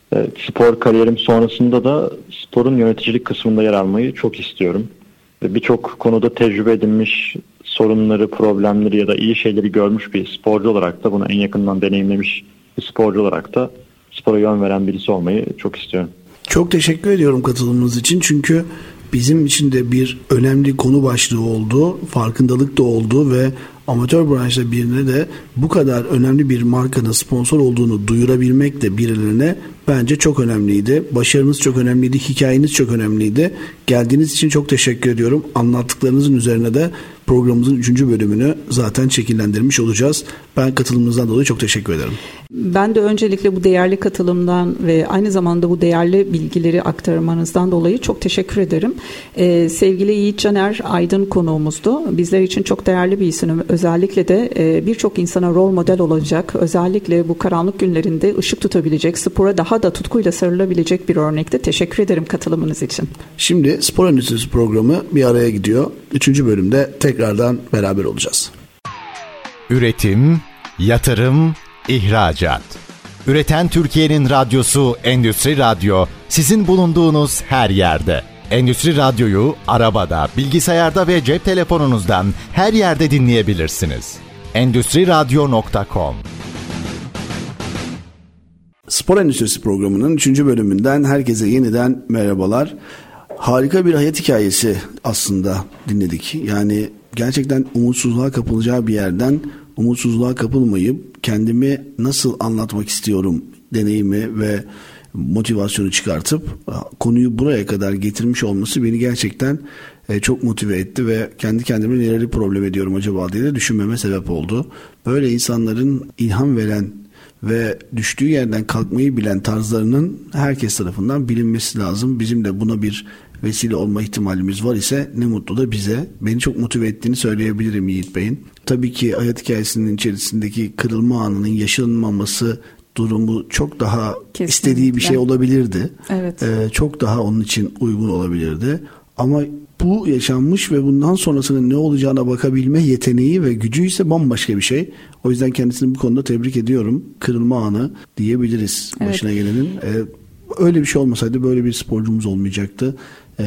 S5: Spor kariyerim sonrasında da sporun yöneticilik kısmında yer almayı çok istiyorum. Birçok konuda tecrübe edinmiş, sorunları, problemleri ya da iyi şeyleri görmüş bir sporcu olarak da, bunu en yakından deneyimlemiş bir sporcu olarak da spora yön veren birisi olmayı çok istiyorum.
S3: Çok teşekkür ediyorum katılımınız için, çünkü bizim için de bir önemli konu başlığı oldu, farkındalık da oldu ve amatör branşta birine de bu kadar önemli bir markanın sponsor olduğunu duyurabilmek de birilerine bence çok önemliydi. Başarınız çok önemliydi, hikayeniz çok önemliydi. Geldiğiniz için çok teşekkür ediyorum. Anlattıklarınızın üzerine de programımızın 3. bölümünü zaten şekillendirmiş olacağız. Ben katılımınızdan dolayı çok teşekkür ederim.
S4: Ben de öncelikle bu değerli katılımdan ve aynı zamanda bu değerli bilgileri aktarmanızdan dolayı çok teşekkür ederim. Sevgili Yiğit Caner Aydın konuğumuzdu. Bizler için çok değerli bir isim. Özellikle de birçok insana rol model olacak. Özellikle bu karanlık günlerinde ışık tutabilecek, spora daha da tutkuyla sarılabilecek bir örnekte. Teşekkür ederim katılımınız için.
S3: Şimdi Spor Endüstrisi programı bir araya gidiyor. 3. bölümde tekrardan beraber olacağız.
S1: Üretim, yatırım, ihracat. Üreten Türkiye'nin radyosu Endüstri Radyo, sizin bulunduğunuz her yerde. Endüstri Radyo'yu arabada, bilgisayarda ve cep telefonunuzdan her yerde dinleyebilirsiniz. Endüstriradyo.com.
S3: Spor Endüstrisi programının 3. bölümünden herkese yeniden merhabalar. Harika bir hayat hikayesi aslında dinledik. Yani gerçekten umutsuzluğa kapılacağı bir yerden umutsuzluğa kapılmayıp kendimi nasıl anlatmak istiyorum deneyimi ve motivasyonu çıkartıp konuyu buraya kadar getirmiş olması beni gerçekten çok motive etti ve kendi kendime neleri problem ediyorum acaba diye de düşünmeme sebep oldu. Böyle insanların ilham veren ve düştüğü yerden kalkmayı bilen tarzlarının herkes tarafından bilinmesi lazım. Bizim de buna bir vesile olma ihtimalimiz var ise ne mutlu da bize. Beni çok motive ettiğini söyleyebilirim Yiğit Bey'in. Tabii ki hayat hikayesinin içerisindeki kırılma anının yaşanmaması durumu çok daha kesinlikle istediği bir şey olabilirdi.
S4: Evet.
S3: Çok daha onun için uygun olabilirdi. Ama bu yaşanmış ve bundan sonrasının ne olacağına bakabilme yeteneği ve gücü ise bambaşka bir şey. O yüzden kendisini bu konuda tebrik ediyorum. Kırılma anı diyebiliriz başına gelenin. Öyle bir şey olmasaydı böyle bir sporcumuz olmayacaktı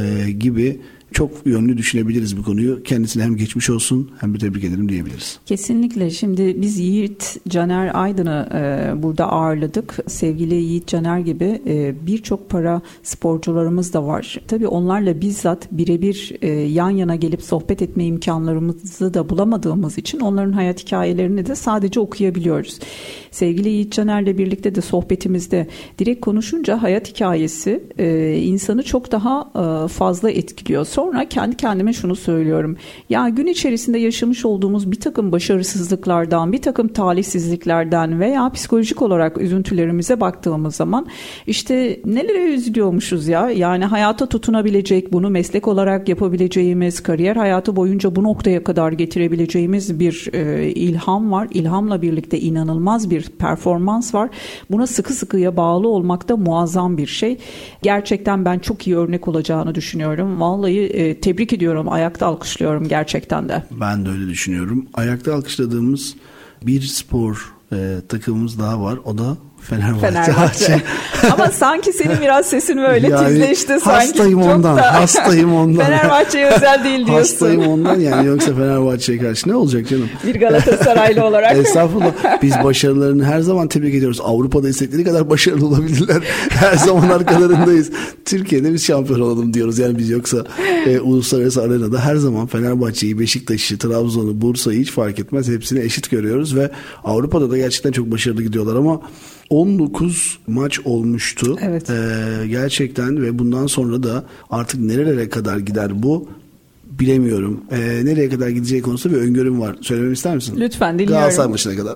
S3: gibi çok yönlü düşünebiliriz bu konuyu. Kendisine hem geçmiş olsun hem de tebrik edelim diyebiliriz.
S4: Kesinlikle. Şimdi biz Yiğit Caner Aydın'ı burada ağırladık. Sevgili Yiğit Caner gibi birçok para sporcularımız da var. Tabii onlarla bizzat birebir yan yana gelip sohbet etme imkanlarımızı da bulamadığımız için onların hayat hikayelerini de sadece okuyabiliyoruz. Sevgili Yiğit Caner'le birlikte de sohbetimizde direkt konuşunca hayat hikayesi insanı çok daha fazla etkiliyor. Sonra kendi kendime şunu söylüyorum. Ya gün içerisinde yaşamış olduğumuz bir takım başarısızlıklardan, bir takım talihsizliklerden veya psikolojik olarak üzüntülerimize baktığımız zaman işte nelere üzülüyormuşuz ya? Yani hayata tutunabilecek, bunu meslek olarak yapabileceğimiz, kariyer hayatı boyunca bu noktaya kadar getirebileceğimiz bir ilham var. İlhamla birlikte inanılmaz bir performans var. Buna sıkı sıkıya bağlı olmak da muazzam bir şey. Gerçekten ben çok iyi örnek olacağını düşünüyorum. Vallahi tebrik ediyorum. Ayakta alkışlıyorum gerçekten de.
S3: Ben de öyle düşünüyorum. Ayakta alkışladığımız bir spor takımımız daha var. O da Fenerbahçe.
S4: Ama sanki senin biraz sesin böyle yani, tizleşti sanki.
S3: Hastayım ondan. Hastayım ondan.
S4: Fenerbahçe'ye özel değil diyorsun.
S3: Hastayım ondan yani, yoksa Fenerbahçe'ye karşı ne olacak canım?
S4: Bir Galatasaraylı olarak.
S3: Estağfurullah. Biz başarılarını her zaman tebrik ediyoruz. Avrupa'da istedikleri kadar başarılı olabilirler. Her zaman arkalarındayız. Türkiye'de biz şampiyon olalım diyoruz. Yani biz yoksa uluslararası arenada her zaman Fenerbahçe'yi, Beşiktaş'ı, Trabzon'u, Bursa'yı hiç fark etmez. Hepsini eşit görüyoruz ve Avrupa'da da gerçekten çok başarılı gidiyorlar ama 19 maç olmuştu.
S4: Evet.
S3: Gerçekten ve bundan sonra da artık nerelere kadar gider bu bilemiyorum. Nereye kadar gideceği konusunda bir öngörüm var. Söylememi ister misin?
S4: Lütfen, dinliyorum.
S3: Galatasaray maçına kadar.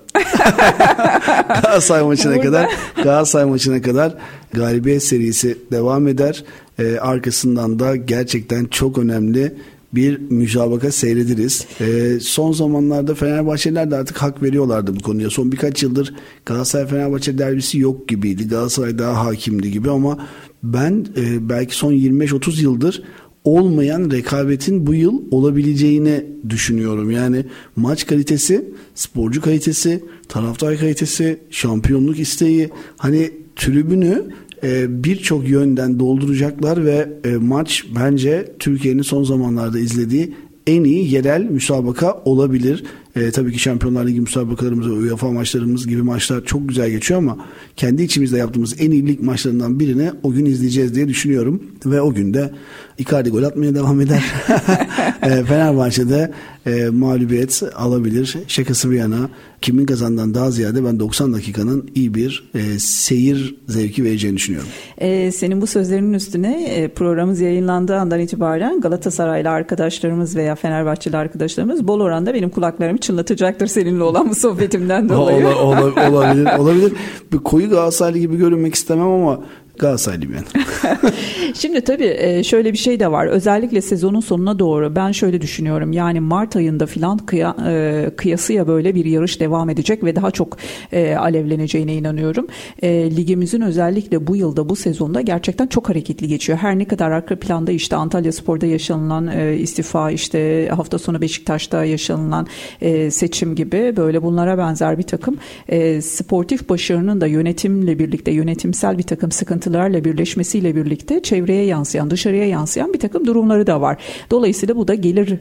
S3: Galatasaray maçına kadar galibiyet serisi devam eder. Arkasından da gerçekten çok önemli bir müsabaka seyrederiz. Son zamanlarda Fenerbahçeliler de artık hak veriyorlardı bu konuya. Son birkaç yıldır Galatasaray-Fenerbahçe derbisi yok gibiydi. Galatasaray daha hakimdi gibi ama ben belki son 25-30 yıldır olmayan rekabetin bu yıl olabileceğini düşünüyorum. Yani maç kalitesi, sporcu kalitesi, taraftar kalitesi, şampiyonluk isteği, hani tribünü birçok yönden dolduracaklar ve maç bence Türkiye'nin son zamanlarda izlediği en iyi yerel müsabaka olabilir. Tabii ki Şampiyonlar Ligi müsabakalarımız ve UEFA maçlarımız gibi maçlar çok güzel geçiyor ama kendi içimizde yaptığımız en iyi lig maçlarından birini o gün izleyeceğiz diye düşünüyorum. Ve o gün de Icardi gol atmaya devam eder. Fenerbahçe'de mağlubiyet alabilir. Şakası bir yana, kimin kazandığından daha ziyade ben 90 dakikanın iyi bir seyir zevki vereceğini düşünüyorum.
S4: Senin bu sözlerinin üstüne programımız yayınlandığı andan itibaren Galatasaraylı arkadaşlarımız veya Fenerbahçeli arkadaşlarımız bol oranda benim kulaklarımı çınlatacaktır seninle olan bu sohbetimden dolayı.
S3: Olabilir. Bir koyu Galatasaraylı gibi görünmek istemem ama Galatasaraylıyım yani.
S4: Şimdi tabii şöyle bir şey de var. Özellikle sezonun sonuna doğru ben şöyle düşünüyorum. Yani Mart ayında filan kıyasıya böyle bir yarış devam edecek ve daha çok alevleneceğine inanıyorum. Ligimizin özellikle bu yılda, bu sezonda gerçekten çok hareketli geçiyor. Her ne kadar arka planda işte Antalyaspor'da yaşanılan istifa, işte hafta sonu Beşiktaş'ta yaşanılan seçim gibi böyle bunlara benzer bir takım sportif başarının da yönetimle birlikte, yönetimsel bir takım sıkıntılarla birleşmesiyle birlikte çevreye yansıyan, dışarıya yansıyan bir takım durumları da var. Dolayısıyla bu da gelir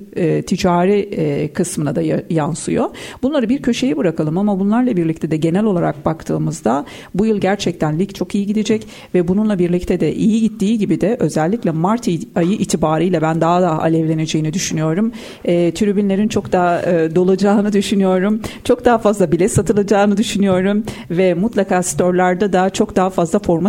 S4: ticari kısmına da yansıyor. Bunları bir köşeye bırakalım ama bunlarla birlikte de genel olarak baktığımızda bu yıl gerçekten lig çok iyi gidecek ve bununla birlikte de iyi gittiği gibi de özellikle Mart ayı itibariyle ben daha da alevleneceğini düşünüyorum. Tribünlerin çok daha dolacağını düşünüyorum. Çok daha fazla bilet satılacağını düşünüyorum ve mutlaka store'larda da çok daha fazla forma satılabilecek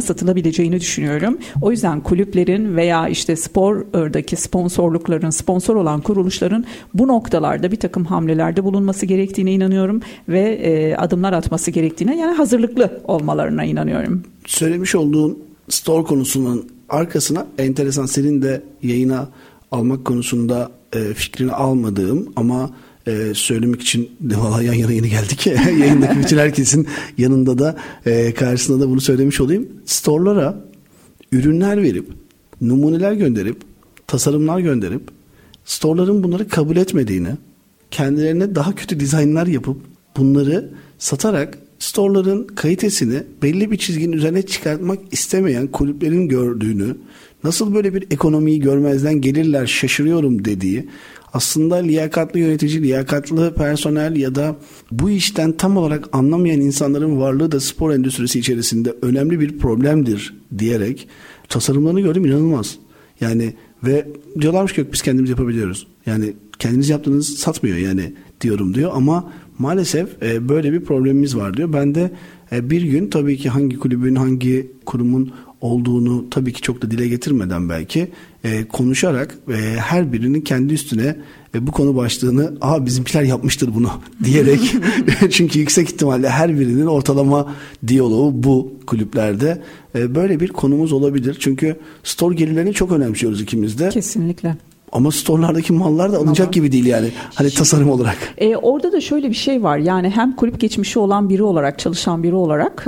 S4: oturtabileceğini düşünüyorum. O yüzden kulüplerin veya işte spordaki sponsorlukların, sponsor olan kuruluşların bu noktalarda bir takım hamlelerde bulunması gerektiğine inanıyorum ve adımlar atması gerektiğine, yani hazırlıklı olmalarına inanıyorum.
S3: Söylemiş olduğun store konusunun arkasına enteresan, senin de yayına almak konusunda fikrini almadığım ama söylemek için vallahi yan yana yeni geldik. Yayındaki bütün herkesin yanında da karşısında da bunu söylemiş olayım. Store'lara ürünler verip, numuneler gönderip, tasarımlar gönderip store'ların bunları kabul etmediğini, kendilerine daha kötü dizaynlar yapıp bunları satarak store'ların kalitesini belli bir çizginin üzerine çıkartmak istemeyen kulüplerin gördüğünü, nasıl böyle bir ekonomiyi görmezden gelirler şaşırıyorum dediği, aslında liyakatlı yönetici, liyakatlı personel ya da bu işten tam olarak anlamayan insanların varlığı da spor endüstrisi içerisinde önemli bir problemdir diyerek tasarımlarını gördüm, inanılmaz. Yani ve diyorlarmış ki yok biz kendimiz yapabiliyoruz. Yani kendiniz yaptığınız satmıyor yani diyorum diyor ama maalesef böyle bir problemimiz var diyor. Ben de bir gün tabii ki hangi kulübün, hangi kurumun olduğunu tabii ki çok da dile getirmeden belki konuşarak her birinin kendi üstüne bu konu başlığını bizimkiler yapmıştır bunu diyerek çünkü yüksek ihtimalle her birinin ortalama diyaloğu bu kulüplerde böyle bir konumuz olabilir. Çünkü store gelirlerini çok önemsiyoruz ikimiz de.
S4: Kesinlikle.
S3: Ama store'lardaki mallar da alınacak gibi değil yani. Hani tasarım olarak.
S4: Orada da şöyle bir şey var. Yani hem kulüp geçmişi olan biri olarak, çalışan biri olarak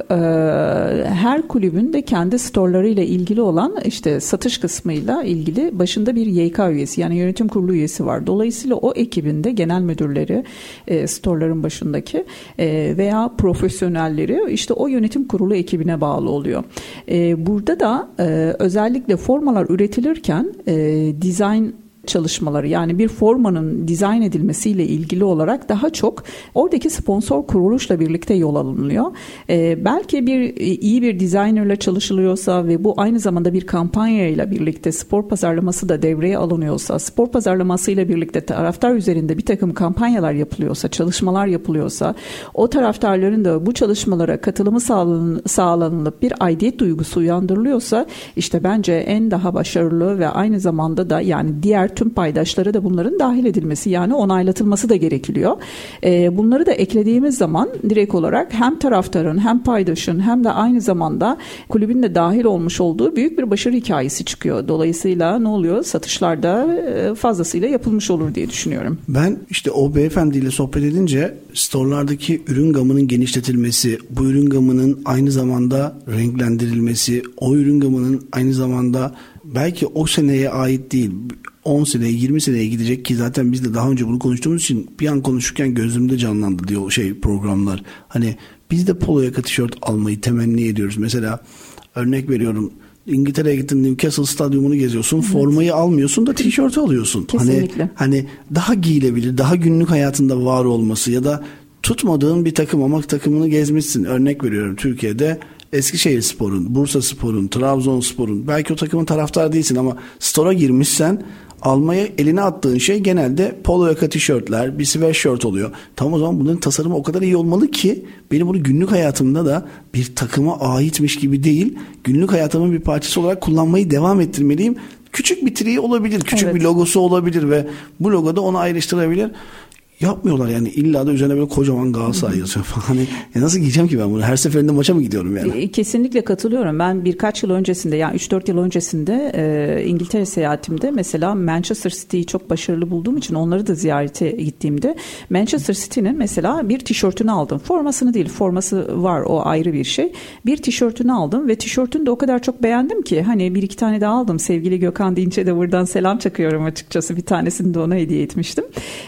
S4: her kulübün de kendi store'larıyla ilgili olan işte satış kısmıyla ilgili başında bir YK üyesi, yani yönetim kurulu üyesi var. Dolayısıyla o ekibin de genel müdürleri, store'ların başındaki veya profesyonelleri işte o yönetim kurulu ekibine bağlı oluyor. Burada da özellikle formalar üretilirken dizayn çalışmaları, yani bir formanın dizayn edilmesiyle ilgili olarak daha çok oradaki sponsor kuruluşla birlikte yol alınıyor. Belki iyi bir designerla çalışılıyorsa ve bu aynı zamanda bir kampanyayla birlikte spor pazarlaması da devreye alınıyorsa, spor pazarlamasıyla birlikte taraftar üzerinde bir takım kampanyalar yapılıyorsa, çalışmalar yapılıyorsa, o taraftarların da bu çalışmalara katılımı sağlanılıp bir aidiyet duygusu uyandırılıyorsa, işte bence en daha başarılı ve aynı zamanda da yani diğer tüm paydaşlara da bunların dahil edilmesi, yani onaylatılması da gerekiyor. Bunları da eklediğimiz zaman direkt olarak hem taraftarın hem paydaşın hem de aynı zamanda kulübün de dahil olmuş olduğu büyük bir başarı hikayesi çıkıyor. Dolayısıyla ne oluyor? Satışlarda fazlasıyla yapılmış olur diye düşünüyorum.
S3: Ben işte o beyefendiyle sohbet edince store'lardaki ürün gamının genişletilmesi, bu ürün gamının aynı zamanda renklendirilmesi, o ürün gamının aynı zamanda belki o seneye ait değil, 10 seneye 20 seneye gidecek ki zaten biz de daha önce bunu konuştuğumuz için bir an konuşurken gözümde canlandı diyor programlar. Hani biz de polo yaka tişört almayı temenni ediyoruz. Mesela örnek veriyorum, İngiltere'ye gittin, Newcastle stadyumunu geziyorsun, evet. Formayı almıyorsun da tişörtü alıyorsun.
S4: Kesinlikle.
S3: Hani daha giyilebilir, daha günlük hayatında var olması ya da tutmadığın bir takım ama takımını gezmişsin. Örnek veriyorum, Türkiye'de Eskişehirspor'un, Bursaspor'un, Trabzonspor'un, belki o takımın taraftarı değilsin ama store'a girmişsen almaya eline attığın şey genelde polo yaka tişörtler, bir sweatshirt oluyor. Tam o zaman bunların tasarımı o kadar iyi olmalı ki benim bunu günlük hayatımda da bir takıma aitmiş gibi değil, günlük hayatımın bir parçası olarak kullanmayı devam ettirmeliyim. Küçük bir triği olabilir, küçük bir logosu olabilir ve bu logo da onu ayrıştırabilir. Yapmıyorlar yani, illa da üzerine böyle kocaman Galatasaray yazıyor falan. Hani nasıl giyeceğim ki ben bunu? Her seferinde maça mı gidiyorum yani?
S4: Kesinlikle katılıyorum. Ben birkaç yıl öncesinde, yani 3-4 yıl öncesinde İngiltere seyahatimde mesela Manchester City'yi çok başarılı bulduğum için onları da ziyarete gittiğimde Manchester City'nin mesela bir tişörtünü aldım. Formasını değil, forması var, o ayrı bir şey. Bir tişörtünü aldım ve tişörtünü de o kadar çok beğendim ki hani bir iki tane daha aldım. Sevgili Gökhan Dinç'e de buradan selam çakıyorum açıkçası. Bir tanesini de ona hediye etmiştim.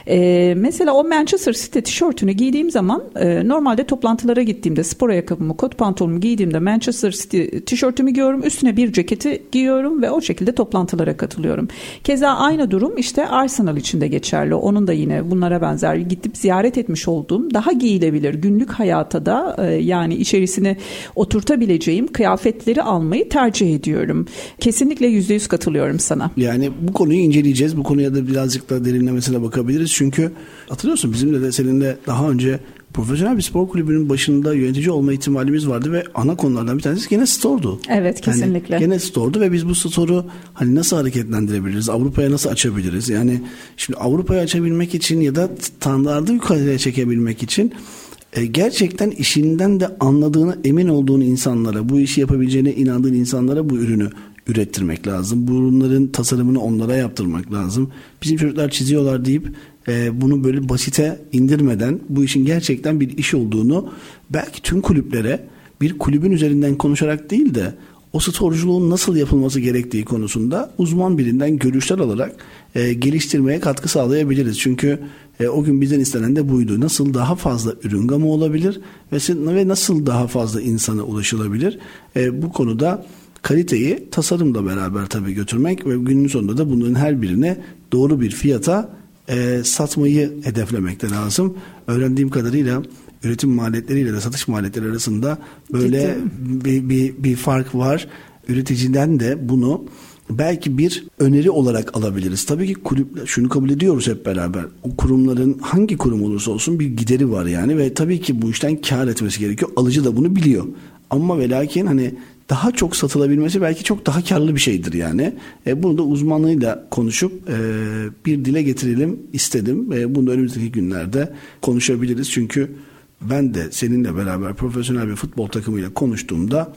S4: Mesela o Manchester City tişörtünü giydiğim zaman normalde toplantılara gittiğimde spor ayakkabımı, kot pantolonumu giydiğimde Manchester City tişörtümü giyiyorum. Üstüne bir ceketi giyiyorum ve o şekilde toplantılara katılıyorum. Keza aynı durum işte Arsenal için de geçerli. Onun da yine bunlara benzer gidip ziyaret etmiş olduğum daha giyilebilir günlük hayata da yani içerisine oturtabileceğim kıyafetleri almayı tercih ediyorum. Kesinlikle %100 katılıyorum sana.
S3: Yani bu konuyu inceleyeceğiz. Bu konuya da birazcık da derinlemesine bakabiliriz. Çünkü hatırlıyorsun bizimle de seninle daha önce profesyonel bir spor kulübünün başında yönetici olma ihtimalimiz vardı ve ana konulardan bir tanesi gene store'du.
S4: Evet, kesinlikle.
S3: Yani gene store'du ve biz bu store'u hani nasıl hareketlendirebiliriz? Avrupa'ya nasıl açabiliriz? Yani şimdi Avrupa'ya açabilmek için ya da standardı yukarıya çekebilmek için gerçekten işinden de anladığına emin olduğun insanlara, bu işi yapabileceğine inandığın insanlara bu ürünü ürettirmek lazım. Bu ürünlerin tasarımını onlara yaptırmak lazım. Bizim çocuklar çiziyorlar deyip bunu böyle basite indirmeden bu işin gerçekten bir iş olduğunu belki tüm kulüplere bir kulübün üzerinden konuşarak değil de o storeculuğun nasıl yapılması gerektiği konusunda uzman birinden görüşler alarak geliştirmeye katkı sağlayabiliriz. Çünkü o gün bizden istenen de buydu. Nasıl daha fazla ürün gamı olabilir ve nasıl daha fazla insana ulaşılabilir? Bu konuda kaliteyi tasarımla beraber tabii götürmek ve günün sonunda da bunların her birine doğru bir fiyata satmayı hedeflemek de lazım. Öğrendiğim kadarıyla üretim maliyetleriyle de satış maliyetleri arasında böyle bir fark var. Üreticiden de bunu belki bir öneri olarak alabiliriz. Tabii ki kulüpler, şunu kabul ediyoruz hep beraber. O kurumların hangi kurum olursa olsun bir gideri var yani ve tabii ki bu işten kar etmesi gerekiyor. Alıcı da bunu biliyor. Ama ve lakin hani daha çok satılabilmesi belki çok daha karlı bir şeydir yani. Bunu da uzmanlığıyla konuşup bir dile getirelim istedim. Bunu da önümüzdeki günlerde konuşabiliriz. Çünkü ben de seninle beraber profesyonel bir futbol takımıyla konuştuğumda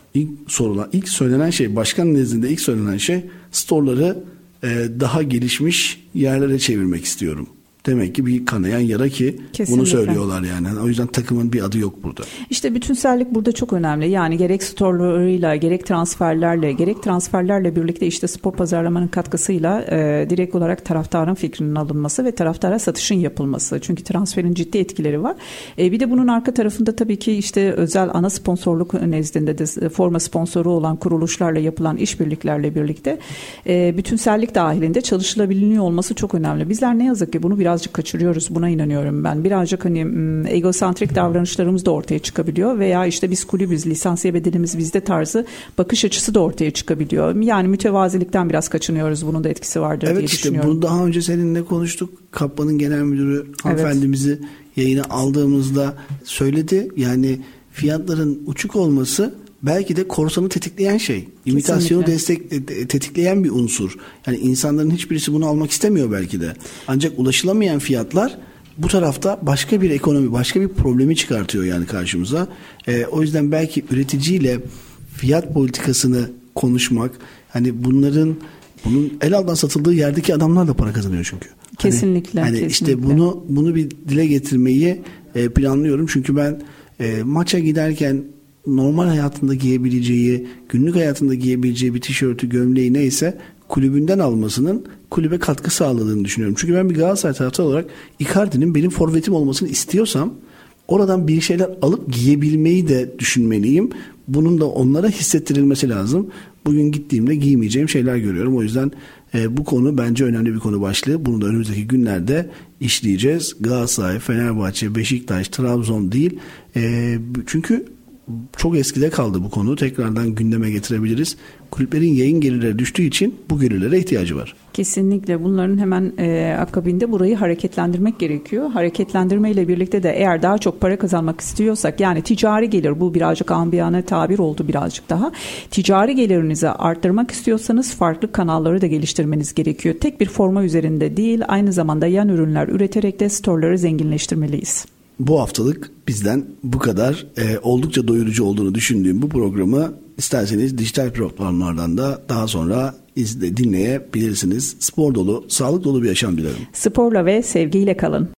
S3: ilk söylenen şey, başkan nezdinde ilk söylenen şey store'ları daha gelişmiş yerlere çevirmek istiyorum. Demek ki bir kanayan yara ki kesinlikle bunu söylüyorlar yani. O yüzden takımın bir adı yok burada.
S4: İşte bütünsellik burada çok önemli. Yani gerek store'larıyla, gerek transferlerle birlikte işte spor pazarlamanın katkısıyla direkt olarak taraftarın fikrinin alınması ve taraftara satışın yapılması. Çünkü transferin ciddi etkileri var. Bir de bunun arka tarafında tabii ki işte özel ana sponsorluk nezdinde de forma sponsoru olan kuruluşlarla yapılan işbirliklerle birlikte bütünsellik dahilinde çalışılabiliyor olması çok önemli. Bizler ne yazık ki bunu birazcık kaçırıyoruz. Buna inanıyorum ben. Birazcık hani egosantrik davranışlarımız da ortaya çıkabiliyor veya işte biz kulübüz, lisansiye bedelimiz bizde tarzı bakış açısı da ortaya çıkabiliyor. Yani mütevazilikten biraz kaçınıyoruz. Bunun da etkisi vardır diye düşünüyorum. Evet,
S3: bunu daha önce seninle konuştuk. Kaplan'ın genel müdürü hanımefendimizi yayına aldığımızda söyledi. Yani fiyatların uçuk olması belki de korsanı tetikleyen şey. İmitasyonu tetikleyen bir unsur. Yani insanların hiçbirisi bunu almak istemiyor belki de. Ancak ulaşılamayan fiyatlar bu tarafta başka bir ekonomi, başka bir problemi çıkartıyor yani karşımıza. O yüzden belki üreticiyle fiyat politikasını konuşmak, hani bunun el altından satıldığı yerdeki adamlar da para kazanıyor çünkü.
S4: Kesinlikle.
S3: Kesinlikle. İşte bunu bir dile getirmeyi planlıyorum. Çünkü ben maça giderken normal hayatında giyebileceği, günlük hayatında giyebileceği bir tişörtü, gömleği neyse kulübünden almasının kulübe katkı sağladığını düşünüyorum. Çünkü ben bir Galatasaray taraftarı olarak Icardi'nin benim forvetim olmasını istiyorsam oradan bir şeyler alıp giyebilmeyi de düşünmeliyim. Bunun da onlara hissettirilmesi lazım. Bugün gittiğimde giymeyeceğim şeyler görüyorum. O yüzden bu konu bence önemli bir konu başlığı. Bunu da önümüzdeki günlerde işleyeceğiz. Galatasaray, Fenerbahçe, Beşiktaş, Trabzon değil. Çünkü çok eskide kaldı bu konu. Tekrardan gündeme getirebiliriz. Kulüplerin yayın gelirleri düştüğü için bu gelirlere ihtiyacı var.
S4: Kesinlikle. Bunların hemen akabinde burayı hareketlendirmek gerekiyor. Hareketlendirmeyle birlikte de eğer daha çok para kazanmak istiyorsak, yani ticari gelir, bu birazcık ambiyane tabir oldu birazcık daha. Ticari gelirinizi arttırmak istiyorsanız farklı kanalları da geliştirmeniz gerekiyor. Tek bir forma üzerinde değil, aynı zamanda yan ürünler üreterek de storeları zenginleştirmeliyiz.
S3: Bu haftalık bizden bu kadar. Oldukça doyurucu olduğunu düşündüğüm bu programı isterseniz dijital platformlardan da daha sonra dinleyebilirsiniz. Spor dolu, sağlık dolu bir yaşam dilerim.
S4: Sporla ve sevgiyle kalın.